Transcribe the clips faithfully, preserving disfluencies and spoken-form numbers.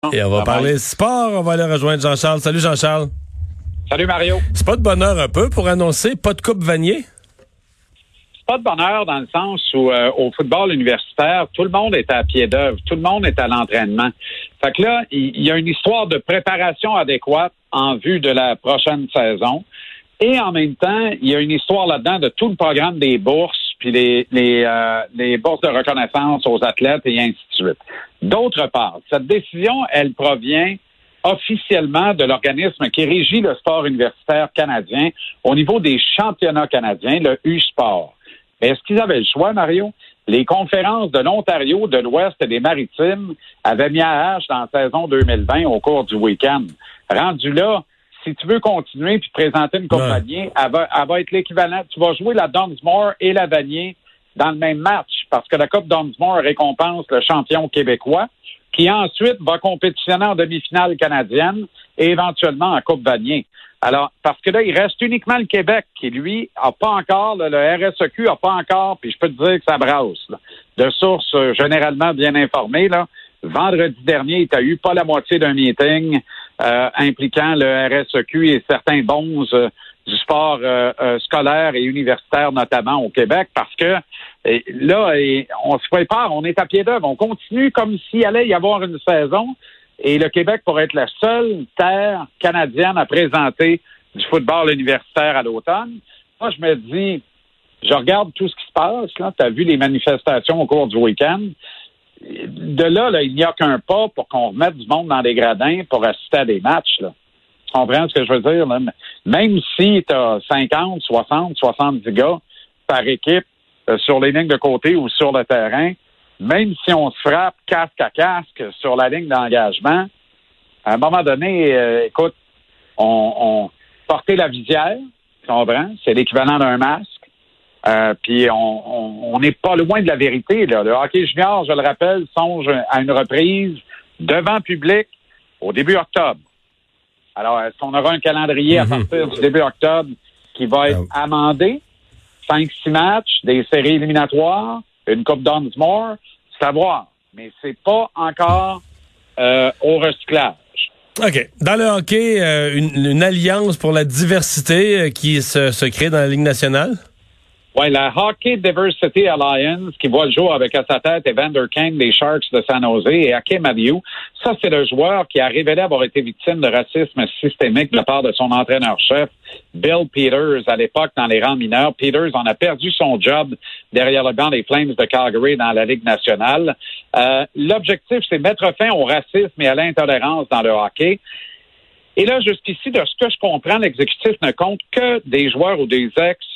Et on va Bye parler bye. sport. On va aller rejoindre Jean-Charles. Salut Jean-Charles. Salut Mario. C'est pas de bonheur un peu pour annoncer pas de Coupe Vanier? C'est pas de bonheur dans le sens où euh, au football universitaire, tout le monde est à pied d'œuvre, tout le monde est à l'entraînement. Fait que là, il y, y a une histoire de préparation adéquate en vue de la prochaine saison. Et en même temps, il y a une histoire là-dedans de tout le programme des bourses, puis les, les, euh, les bourses de reconnaissance aux athlètes et ainsi de suite. D'autre part, cette décision, elle provient officiellement de l'organisme qui régit le sport universitaire canadien au niveau des championnats canadiens, le U-Sport. Mais est-ce qu'ils avaient le choix, Mario? Les conférences de l'Ontario, de l'Ouest et des Maritimes avaient mis à hache dans la saison deux mille vingt au cours du week-end. Rendu là, si tu veux continuer puis présenter une Coupe ouais. Vanier, elle va, elle va être l'équivalent. Tu vas jouer la Dunsmore et la Vanier dans le même match parce que la Coupe Dunsmore récompense le champion québécois qui ensuite va compétitionner en demi-finale canadienne et éventuellement en Coupe Vanier. Alors, parce que là, il reste uniquement le Québec qui, lui, a pas encore, là, le R S E Q a pas encore, puis je peux te dire que ça brasse, là, de sources euh, généralement bien informées, là. Vendredi dernier, tu as eu pas la moitié d'un meeting euh, impliquant le R S E Q et certains bons euh, du sport euh, euh, scolaire et universitaire, notamment au Québec, parce que et là, et on se prépare, on est à pied d'œuvre, on continue comme s'il allait y avoir une saison, et le Québec pourrait être la seule terre canadienne à présenter du football universitaire à l'automne. Moi, je me dis, je regarde tout ce qui se passe, là, tu as vu les manifestations au cours du week-end. De là, là il n'y a qu'un pas pour qu'on remette du monde dans des gradins pour assister à des matchs, là. Tu comprends ce que je veux dire, là? Même si tu as cinquante, soixante, soixante-dix gars par équipe euh, sur les lignes de côté ou sur le terrain, même si on se frappe casque à casque sur la ligne d'engagement, à un moment donné, euh, écoute, on, on porter la visière, tu comprends? C'est l'équivalent d'un masque. Euh, puis on n'est pas loin de la vérité, là. Le hockey junior, je le rappelle, songe à une reprise devant public au début octobre. Alors, est-ce qu'on aura un calendrier à partir du début octobre qui va être amendé? Cinq, six matchs, des séries éliminatoires, une Coupe Dunsmore, c'est à voir. Mais c'est pas encore euh, au recyclage. OK. Dans le hockey, euh, une, une alliance pour la diversité euh, qui se, se crée dans la Ligue nationale? Oui, la Hockey Diversity Alliance, qui voit le jour avec à sa tête Evander Kane des Sharks de San Jose et Hakeem Abiou. Ça, c'est le joueur qui a révélé avoir été victime de racisme systémique de la part de son entraîneur-chef, Bill Peters, à l'époque dans les rangs mineurs. Peters en a perdu son job derrière le banc des Flames de Calgary dans la Ligue nationale. Euh, l'objectif, c'est mettre fin au racisme et à l'intolérance dans le hockey. Et là, jusqu'ici, de ce que je comprends, l'exécutif ne compte que des joueurs ou des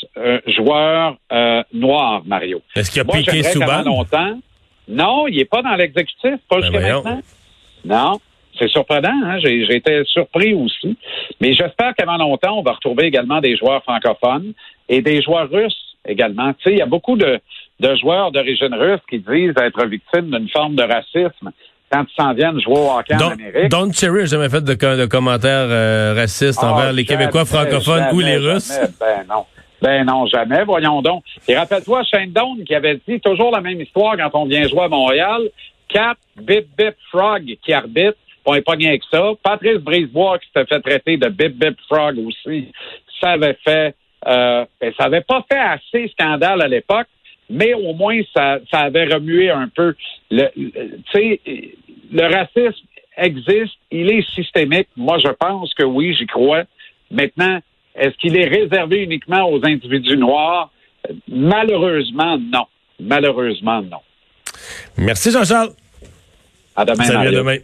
ex-joueurs euh, noirs, Mario. Est-ce qu'il y a Moi, Piqué Souban? longtemps. Non, il n'est pas dans l'exécutif, pas Ben jusqu'à voyons. maintenant. Non, c'est surprenant, hein? J'ai, j'ai été surpris aussi. Mais j'espère qu'avant longtemps, on va retrouver également des joueurs francophones et des joueurs russes également. Tu sais, il y a beaucoup de, de joueurs d'origine russe qui disent être victimes d'une forme de racisme quand ils s'en viennent jouer au hockey Don, en Amérique. Don Cherry n'a jamais fait de, de commentaires euh, racistes Ah, envers les jamais, Québécois francophones jamais, ou les jamais. Russes. Ben non. Ben non, jamais. Voyons donc. Et rappelle-toi, Shane Doan qui avait dit toujours la même histoire quand on vient jouer à Montréal. Cap, Bip Bip Frog qui arbitre. On n'est pas bien que ça. Patrice Brisebois qui s'était fait traiter de Bip Bip Frog aussi. Ça avait fait... Euh, ben, ça avait pas fait assez scandale à l'époque, mais au moins ça, ça avait remué un peu. Le, le, tu sais, le racisme existe, il est systémique. Moi, je pense que oui, j'y crois. Maintenant, est-ce qu'il est réservé uniquement aux individus noirs? Malheureusement, non. Malheureusement, non. Merci Jean-Charles. À demain, Salut, à Mario. demain.